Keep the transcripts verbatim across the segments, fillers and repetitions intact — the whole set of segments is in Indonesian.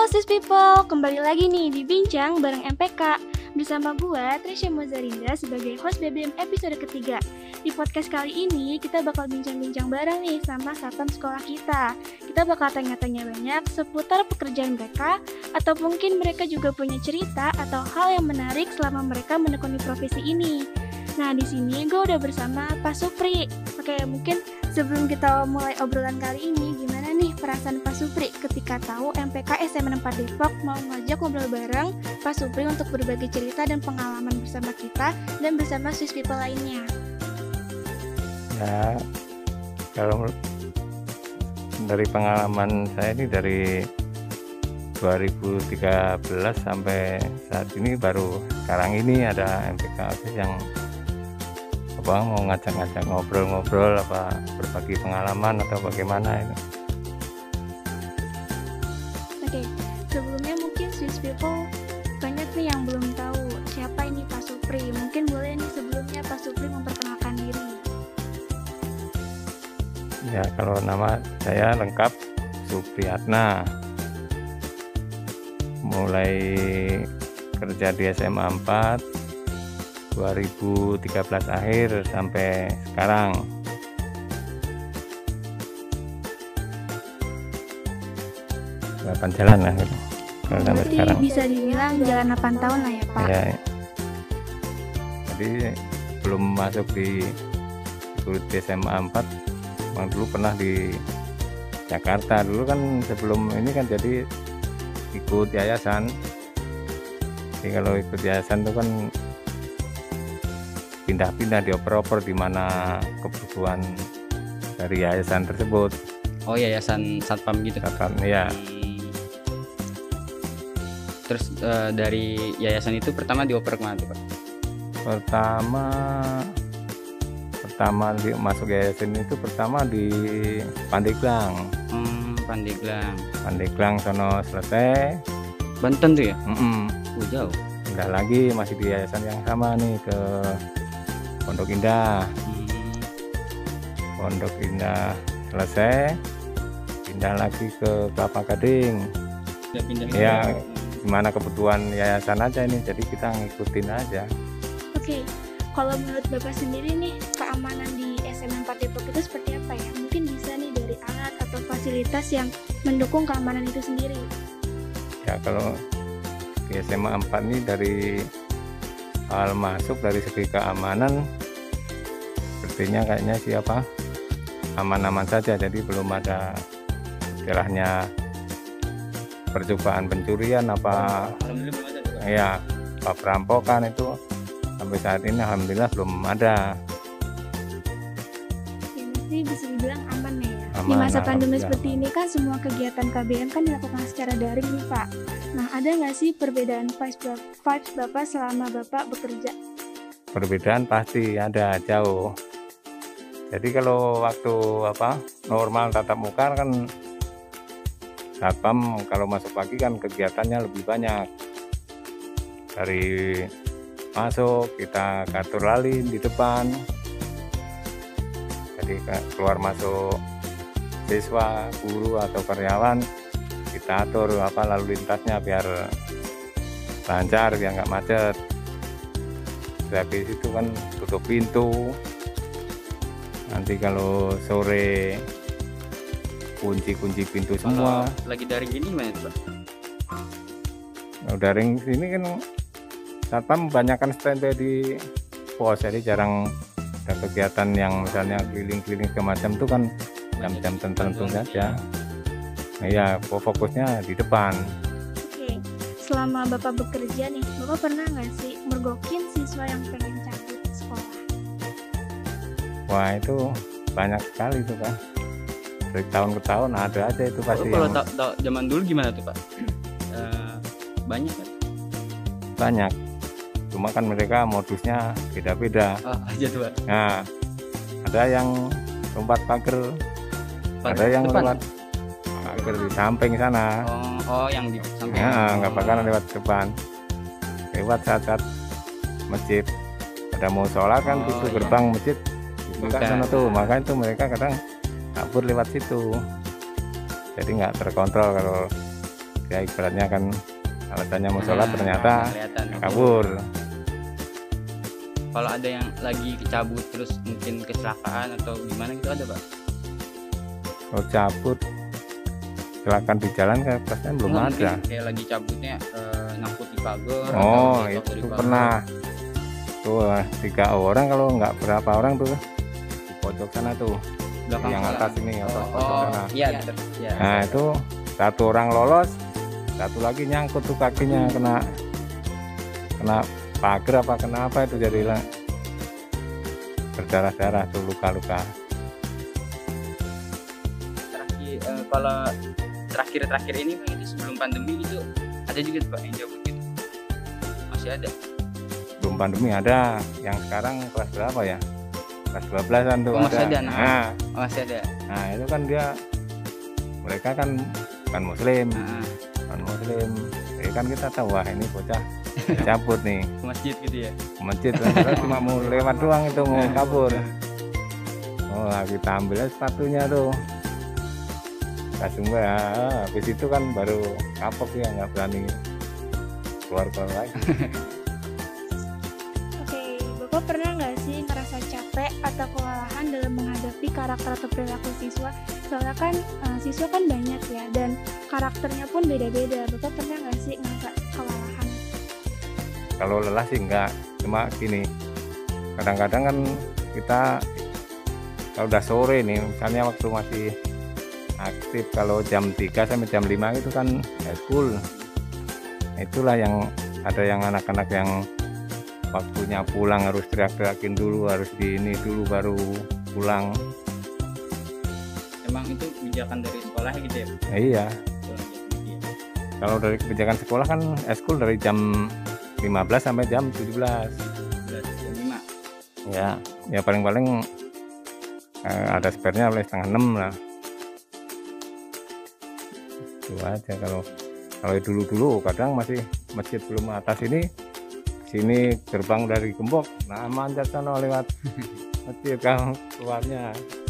Sis People, kembali lagi nih di Bincang bareng M P K. Bersama gue, Trisha Mozarinda sebagai host B B M episode ketiga. Di podcast kali ini, kita bakal bincang-bincang bareng nih sama satpam sekolah kita. Kita bakal tanya-tanya banyak seputar pekerjaan mereka, atau mungkin mereka juga punya cerita atau hal yang menarik selama mereka menekuni profesi ini. Nah, di sini gue udah bersama Pak Supri. Oke, mungkin sebelum kita mulai obrolan kali ini, gimana nih perasaan Pak Supri ketika tahu M P K S M N empat Depok mau ngajak ngobrol bareng Pak Supri untuk berbagi cerita dan pengalaman bersama kita dan bersama Swiss People lainnya? Ya, kalau dari pengalaman saya ini dari dua ribu tiga belas sampai saat ini, baru sekarang ini ada M P K S yang apa mau ngajak-ngajak ngobrol-ngobrol, apa berbagi pengalaman atau bagaimana ini. Oke, sebelumnya mungkin Swiss People banyak nih yang belum tahu siapa ini Pak Supri. Mungkin boleh nih sebelumnya Pak Supri memperkenalkan diri. Ya, kalau nama saya lengkap Supriyatna. Mulai kerja di S M A empat dua ribu tiga belas akhir sampai sekarang. delapan jalan lah gitu. Kalau sampai Berarti sekarang. bisa dibilang jalan delapan tahun lah ya Pak. Ya. Jadi belum masuk di di S M A empat, memang dulu pernah di Jakarta. Dulu kan sebelum ini kan jadi ikut yayasan. Jadi kalau ikut yayasan itu kan pindah-pindah, dioper-oper di mana kebutuhan dari yayasan tersebut. Oh, yayasan satpam gitu. Satpam, ya. Hmm. Terus uh, dari yayasan itu pertama dioper kemana tuh Pak? Pertama pertama di, masuk yayasan itu pertama di Pandeglang. Hmm, Pandeglang. Pandeglang sono selesai. Banten tuh ya? Mm-mm. Uh, jauh. Pindah lagi masih di yayasan yang sama nih ke Pondok Indah. Hmm. Pondok Indah selesai, pindah lagi ke Kelapa Gading. Udah pindah. Ya, gimana kebutuhan yayasan aja ini, jadi kita ngikutin aja. Oke, kalau menurut Bapak sendiri nih, keamanan di S M N empat Depok itu seperti apa ya? Mungkin bisa nih dari alat atau fasilitas yang mendukung keamanan itu sendiri. Ya, kalau di S M A empat ini dari hal masuk dari segi keamanan sepertinya kayaknya siapa aman-aman saja, jadi belum ada istilahnya percobaan pencurian apa ya apa perampokan itu sampai saat ini alhamdulillah belum ada. Ya, mesti bisa dibilang aman ya. Aman, Di masa pandemi alhamdulillah. seperti ini kan semua kegiatan K B M kan dilakukan secara daring nih Pak. Nah, ada nggak sih perbedaan vibes Bap- vibes Bapak selama Bapak bekerja? Perbedaan pasti ada, jauh. Jadi kalau waktu apa normal tatap muka kan satpam kalau masuk pagi kan kegiatannya lebih banyak. Dari masuk kita ngatur lalin di depan, jadi keluar masuk siswa, guru atau karyawan kita atur apa lalu lintasnya biar lancar, biar nggak macet. Habis itu kan tutup pintu. Nanti kalau sore kunci-kunci pintu semua. Kalau lagi daring gini gimana tuh Pak? Nah, daring sini kan satpam kebanyakan standby di pos, jadi jarang ada kegiatan yang misalnya keliling-keliling ke macam itu kan jam-jam tertentu saja. Nah, ya fokusnya di depan. Oke, selama Bapak bekerja nih, Bapak pernah nggak sih mergokin siswa yang pengen cabut sekolah? Wah, itu banyak sekali itu kan. Dari tahun ke tahun ada aja itu pasti. Oh, kalau yang ta- ta- zaman dulu gimana tuh Pak? Uh, banyak kan? banyak. Cuma kan mereka modusnya beda-beda. Oh, aja tuh Pak. Nah, ada yang lompat pagar, Pagar ada yang depan? lewat pagar di samping sana. Oh, oh yang di samping. Ya, nggak Oh. bakalan lewat depan, lewat saat-saat masjid. Ada mau sholat kan, Oh, pintu iya. gerbang masjid buka Buka. sana tuh, makanya itu mereka kadang kabur lewat situ. Jadi nggak terkontrol kalau ya ibaratnya kan alasannya mau sholat Nah, ternyata kelihatan. kabur. Kalau ada yang lagi kecabut terus mungkin kecelakaan atau gimana gitu ada Pak? Kalau cabut kecelakaan di jalan kan pastinya belum Enggak, ada. mungkin kayak lagi cabutnya eh, nyangkut di pagar. Oh atau jatuh itu dari pagar. pernah tuh eh, tiga orang kalau nggak berapa orang tuh di pojok sana tuh Belakang yang sana. atas ini Oh, atau pojok oh, sana. iya, betul. Iya. Nah itu satu orang lolos, satu lagi nyangkut tuh kakinya kena kena pagar apa kenapa itu jadi lah berdarah-darah tuh luka-luka. Terakhir eh, kalau terakhir-terakhir ini Pak, itu sebelum pandemi itu ada juga tuh, Pak yang cabut gitu. Masih ada. Belum pandemi ada, yang sekarang kelas berapa ya? Kelas dua belasan tuh Oh, masih ada, nah. Nah, Oh, masih ada. nah itu kan dia mereka kan kan muslim, Nah, kan muslim. Jadi kan kita tahu wah ini bocah cabut nih ke masjid gitu ya. ke masjid, padahal cuma mau lewat doang itu mau kabur. Oh, kita ambil aja sepatunya tuh. Langsung ya, habis itu kan baru kapok ya nggak berani keluar keluar lagi. Oke, Bapak pernah nggak sih ngerasa capek atau kewalahan dalam menghadapi karakter atau perilaku siswa? Soalnya kan eh, siswa kan banyak ya, dan karakternya pun beda-beda. Bapak pernah nggak sih ngerasa kewalahan? Kalau lelah sih enggak, cuma gini, kadang-kadang kan kita kalau udah sore nih, misalnya waktu masih aktif, kalau jam tiga sampai jam lima itu kan school. Itulah yang ada yang anak-anak yang waktunya pulang harus teriak-teriakin dulu, harus di ini dulu baru pulang. Emang itu kebijakan dari sekolah gitu ya? Nah, iya, Iya. kalau dari kebijakan sekolah kan school dari jam lima belas sampai jam tujuh belas. Belas, jam lima. Ya, ya paling-paling eh, ada spare-nya oleh setengah enam lah. Itu aja. Kalau kalau dulu-dulu kadang masih masjid belum atas ini, sini gerbang dari Gembok, nah manjat sana lewat masjid kan keluarnya.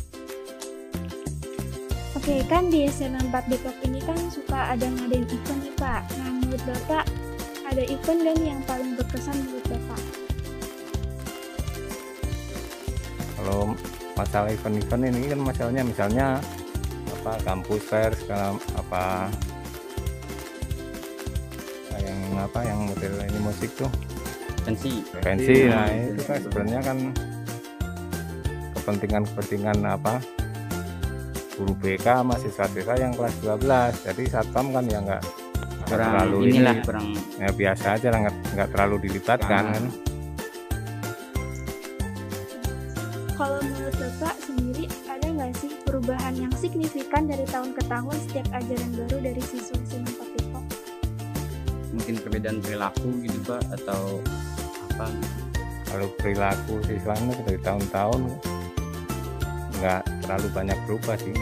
Oke, kan di S M A empat Depok ini kan suka ada ngadain event nih Pak. Nah, menurut Bapak ada event kan yang paling berkesan menurut Bapak? Kalau masalah event-event ini kan masalahnya misalnya apa kampus fair segala apa yang apa yang model ini musik tuh Pensi. pensi. Nah itu kan sebenarnya kan kepentingan-kepentingan apa guru B K mahasiswa B K yang kelas dua belas, jadi satpam kan ya nggak nggak Kurang terlalu inilah ini, kurang ya biasa aja lah, nggak nggak terlalu dilibatkan kan. Kalau menurut Bapak sendiri ada nggak sih perubahan yang signifikan dari tahun ke tahun setiap ajaran baru dari siswa S M A empat Depok? mungkin perbedaan perilaku gitu Pak atau apa gitu. Kalau perilaku siswanya dari tahun-tahun nggak terlalu banyak berubah sih,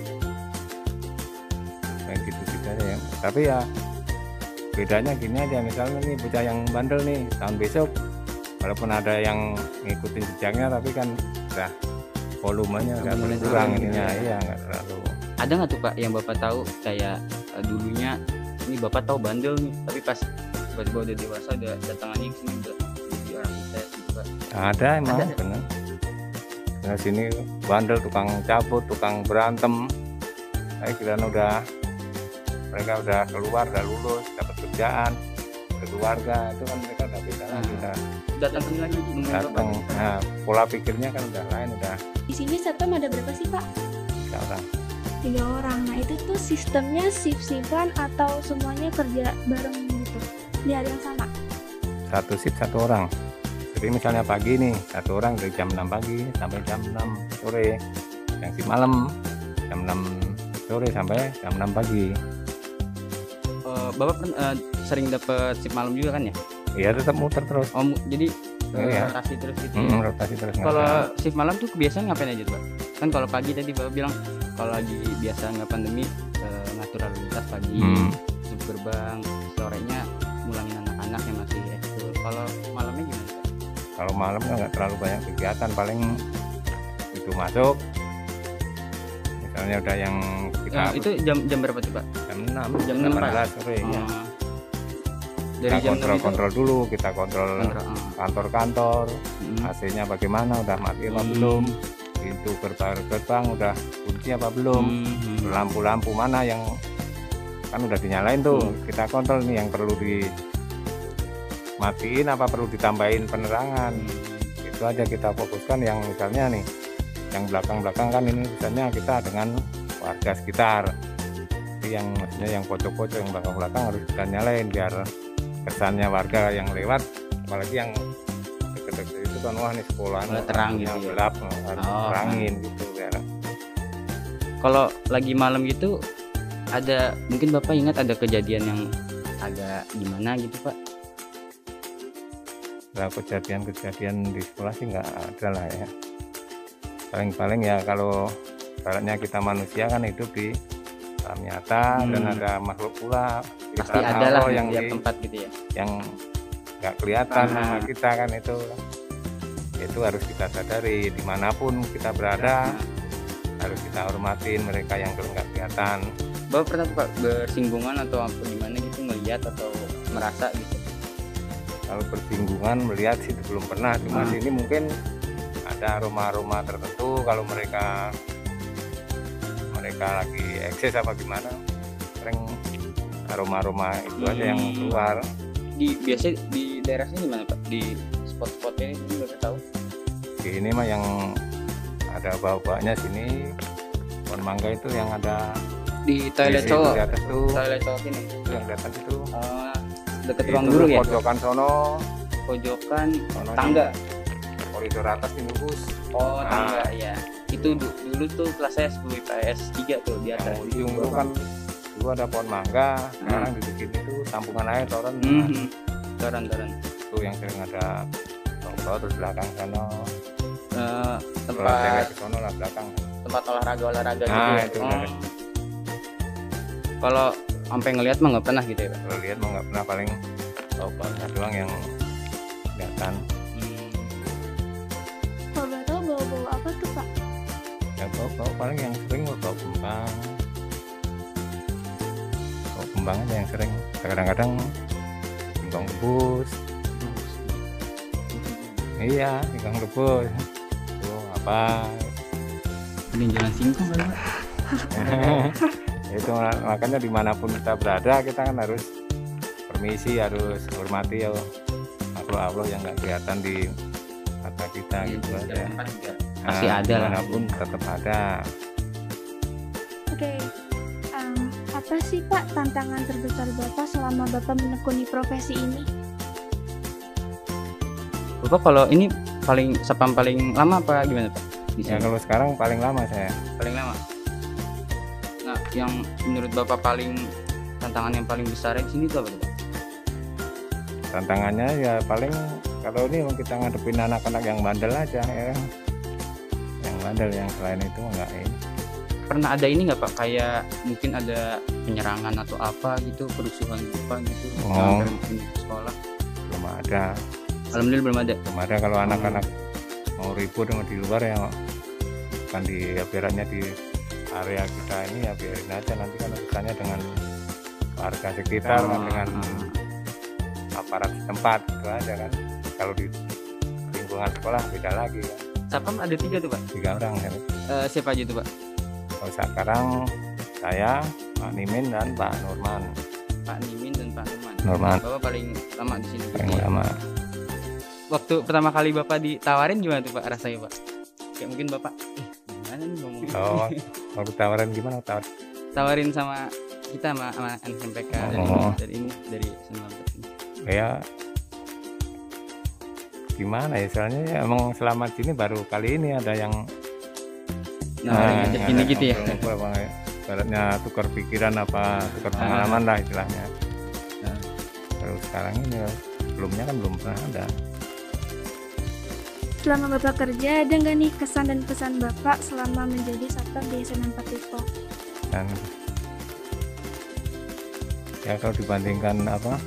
kayak gitu-gitu aja ya. Tapi ya bedanya gini aja, misalnya nih bocah yang bandel nih tahun besok, walaupun ada yang ngikutin jejaknya tapi kan udah volumenya udah Mulai berkurang turun gitu ininya, ya. iya nggak terlalu. Ada nggak tuh Pak yang Bapak tahu kayak uh, dulunya ini Bapak tahu bandel nih tapi pas tiba-tiba udah dewasa udah datangannya ke sini udah jadi orang sukses gitu Pak? Ada emang Ada. bener. Nah sini bandel, tukang cabut, tukang berantem. Saya kira udah mereka udah keluar, udah lulus, dapat kerjaan, berkeluarga, itu kan mereka udah beda lagi, Hmm. udah Datang ke sini lagi nemuin datang. Bapak. Nah pola pikirnya kan udah lain, udah Di sini satpam ada berapa sih Pak? sekarang. Tiga orang. Nah itu tuh sistemnya shift-shiftan atau semuanya kerja bareng gitu di hari yang sama? Satu shift satu orang. Jadi misalnya pagi nih satu orang dari jam enam pagi sampai jam enam sore, yang shift malam jam enam sore sampai jam enam pagi. Eh, Bapak pernah eh, sering dapat shift malam juga kan ya? Iya tetap muter terus. Oh mu- jadi eh, Iya. rotasi terus gitu ya? Mm, rotasi terus. nggak Kalau ada. shift malam tuh kebiasaan ngapain aja tuh Pak? Kan kalau pagi tadi Bapak bilang kalau lagi biasa nggak pandemi eh, ngatur lalu lintas pagi, Hmm. tutup gerbang, sorenya mulangin anak-anak yang masih ekskul. Kalau malamnya gimana Pak? Kalau malam kan nggak terlalu banyak kegiatan, paling itu masuk. Misalnya udah yang kita Eh, itu jam jam berapa tuh Pak? jam enam Jam enam, Pak? delapan belas sore ya. Oh. Kita Dari jam enam itu kontrol-kontrol dulu, kita kontrol kontrol, oh. kantor-kantor, Hmm. A C-nya bagaimana, udah mati apa Hmm. belum, pintu gerbang-gerbang udah kunci apa belum, Hmm. lampu-lampu mana yang kan udah dinyalain tuh, Hmm. kita kontrol nih yang perlu dimatiin apa perlu ditambahin penerangan. Itu aja kita fokuskan. Yang misalnya nih yang belakang-belakang kan ini misalnya kita dengan warga sekitar, jadi yang maksudnya yang pojok-pojok yang belakang-belakang harus kita nyalain biar kesannya warga yang lewat, apalagi yang deket-deket itu kan wah nih sekolahan Oh, terang lampunya gitu ya. gelap, harus Oh, terangin gitu biar. Kalau lagi malam gitu ada mungkin Bapak ingat ada kejadian yang agak gimana gitu Pak? Nah, kejadian-kejadian di sekolah sih nggak ada lah ya. Paling-paling ya kalau baratnya kita manusia kan hidup di alam nyata, Hmm. dan ada makhluk pula di Pasti sekitar ada lah Allah di yang tiap di, tempat gitu ya. yang nggak kelihatan Ah. sama kita kan, itu itu harus kita sadari dimanapun kita berada harus kita hormatin mereka yang nggak kelihatan. Bapak pernah tuh Pak bersinggungan atau apa gimana gitu melihat atau merasa gitu? Kalau bersinggungan melihat sih belum pernah, cuma Hmm. sini mungkin ada aroma-aroma tertentu kalau mereka mereka lagi ekses apa gimana, sering aroma-aroma itu aja yang Hmm. keluar. Di biasa di daerah sini gimana Pak? Di spot-spotnya ini Bapak tahu? Di ini mah yang ada bau-baunya sini pohon mangga itu yang ada Di toilet di situ, cowok. di atas tuh, Toilet cowok ini. itu yang di atas itu. Oh, deket Itu ruang guru ya? pojokan sono, Pojokan sono tangga. koridor atas ini bus. Oh, Nah. tangga ya. Itu du- dulu tuh kelas saya sepuluh I P S tiga tuh di atas. Yang ujung itu kan dulu ada pohon mangga, sekarang di sini tuh tampungan air toren. Mhm. Toran-toran. Itu yang sering ada bau terus belakang sana. Eh, Kalau tempat cewek ke sono lah belakang. tempat olahraga-olahraga Nah, gitu. ya? itu Oh. udah. Kalau sampai ngelihat mah nggak pernah gitu ya Pak? Kalau lihat mau nggak pernah, paling bau-baunya doang yang kelihatan. Hmm. Kalau boleh tahu bau-bau apa tuh Pak? Ya bau-bau paling yang sering bau kembang. Bau kembang aja yang sering. Kadang-kadang singkong rebus. Iya, singkong rebus. Tuh apa? Ini jalan singkong kan Pak? Itu makanya dimanapun kita berada kita kan harus permisi, harus hormati ya makhluk Allah yang nggak kelihatan di mata kita gitu Di aja. setiap tempat juga Nah, pasti ada lah. dimanapun tetap ada. Oke, em, apa sih Pak tantangan terbesar Bapak selama Bapak menekuni profesi ini? Bapak kalau ini paling sapam paling lama apa gimana Pak? Di Ya sini? kalau sekarang paling lama saya. Paling lama. Nah, yang menurut Bapak paling tantangan yang paling besar di sini tuh apa tuh, Pak? Tantangannya ya paling kalau ini kita ngadepin anak-anak yang bandel aja ya. Yang bandel, yang selain itu enggak ini. Pernah ada ini nggak Pak, kayak mungkin ada penyerangan atau apa gitu, kerusuhan apa gitu Oh. dalam di sekolah? Belum ada. Alhamdulillah belum ada. Belum ada. Kalau anak-anak mau ribut di luar ya kan di biarannya di area kita ini ya biarin aja, nanti kan urusannya dengan warga sekitar kan, dengan aparat setempat itu aja kan. Kalau di lingkungan sekolah beda lagi kan. Sapam ada tiga tuh Pak. Tiga orang kan. Eh, siapa aja tuh Pak? Kalau sekarang saya, Pak Nimin dan Pak Nurman. Pak Nimin dan Pak Nurman. Nurman Bapak paling lama di sini. paling lama. Waktu pertama kali Bapak ditawarin gimana tuh Pak rasanya Pak? Kayak mungkin Bapak, eh gimana nih ngomong? Oh, waktu tawaran gimana tawar? Tawarin sama kita sama, sama N M P K dari, Oh. dari ini dari sembilan belas ini. Ya gimana ya, soalnya ya emang selama sini baru kali ini ada yang Nah, ngajak gini gitu ya. Baratnya tukar pikiran apa, tukar pengalaman lah istilahnya. Nah. Terus sekarang ini ya, sebelumnya kan belum pernah ada. Selama Bapak kerja, ada nggak nih kesan dan pesan Bapak selama menjadi satpam di S M empat Depok? Dan ya kalau dibandingkan apa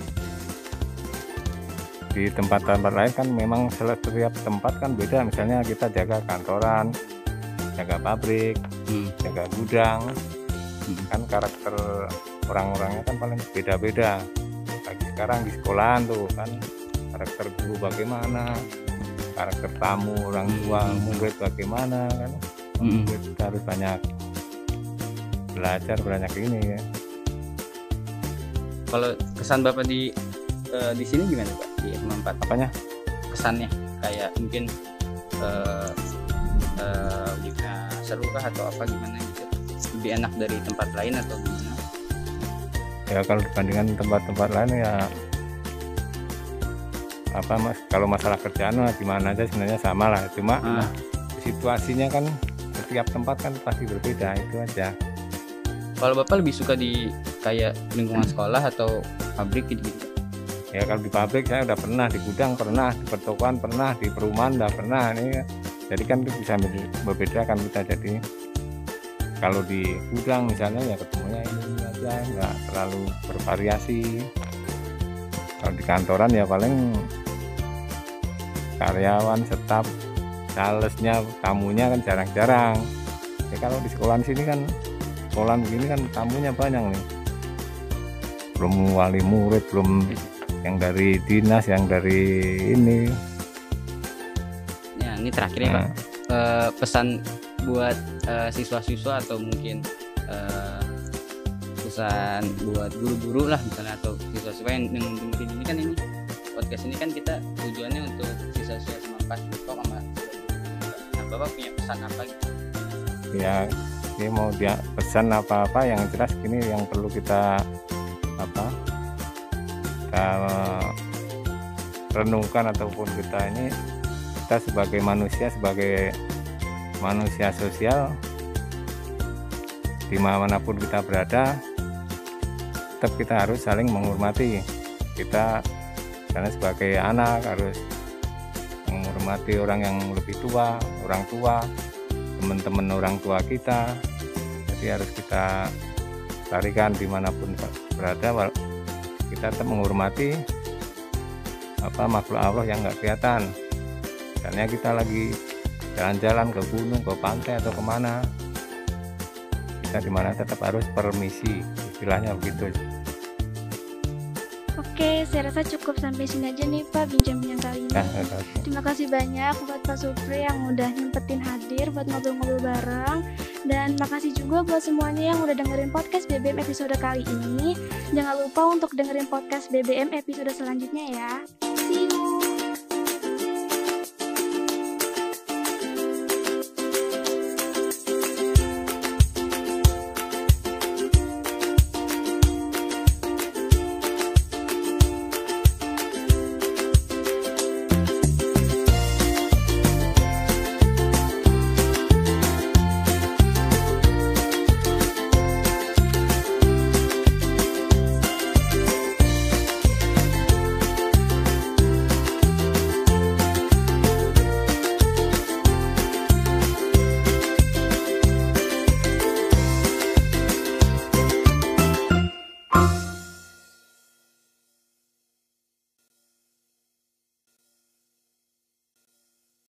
di tempat-tempat lain kan memang setiap tempat kan beda. Misalnya kita jaga kantoran, jaga pabrik, Hmm. jaga gudang, Hmm. Kan karakter orang-orangnya kan paling beda-beda. Lagi sekarang di sekolahan tuh kan karakter guru bagaimana, karakter tamu orang tua Hmm. murid bagaimana kan. Hmm. Kita harus banyak belajar banyak ini ya. Kalau kesan Bapak di eh, di sini gimana Pak? Di S M A empat Apanya? kesannya kayak mungkin eh eh, juga seru kah atau apa gimana gitu? Lebih enak dari tempat lain atau gimana? Ya kalau dibandingkan tempat-tempat lain ya apa mas, kalau masalah kerjaan mah gimana aja sebenarnya sama lah, cuma Ah. situasinya kan setiap tempat kan pasti berbeda, itu aja. Kalau Bapak lebih suka di kayak lingkungan sekolah atau pabrik gitu? Ya kalau di pabrik saya udah pernah, di gudang pernah, di pertokoan pernah, di perumahan udah pernah. Ini jadi kan itu bisa berbeda kan kita. Jadi kalau di gudang misalnya ya ketemunya ini, ini aja, nggak terlalu bervariasi. Kalau di kantoran ya paling karyawan, staf, salesnya, tamunya kan jarang-jarang. Ya kalau di sekolahan sini kan, sekolahan begini kan tamunya banyak nih. Belum wali murid, belum yang dari dinas, yang dari ini. Ya ini terakhirnya Pak, Nah, Eh, pesan buat eh, siswa-siswa atau mungkin eh, pesan buat guru-guru lah misalnya atau siswa-siswa yang yang dengerin ini kan, ini podcast ini kan kita tujuannya untuk siswa-siswa S M A empat Depok sama nah, Bapak punya pesan apa gitu? ya ini mau dia pesan apa-apa yang jelas gini yang perlu kita apa kita renungkan ataupun kita ini, kita sebagai manusia, sebagai manusia sosial dimanapun kita berada, tetap kita harus saling menghormati. Kita karena sebagai anak harus menghormati orang yang lebih tua, orang tua, teman-teman orang tua kita. Jadi harus kita larikan dimanapun berada, kita tetap menghormati apa makhluk Allah yang nggak kelihatan. Misalnya kita lagi jalan-jalan ke gunung, ke pantai atau kemana, kita dimana tetap harus permisi, istilahnya begitu. Oke, saya rasa cukup sampai sini aja nih Pak bincang-bincang kali ini. Nah, nah, Terima kasih banyak buat Pak Supri yang udah nyempetin hadir buat ngobrol-ngobrol bareng. Dan makasih juga buat semuanya yang udah dengerin podcast B B M episode kali ini. Jangan lupa untuk dengerin podcast B B M episode selanjutnya ya. See you!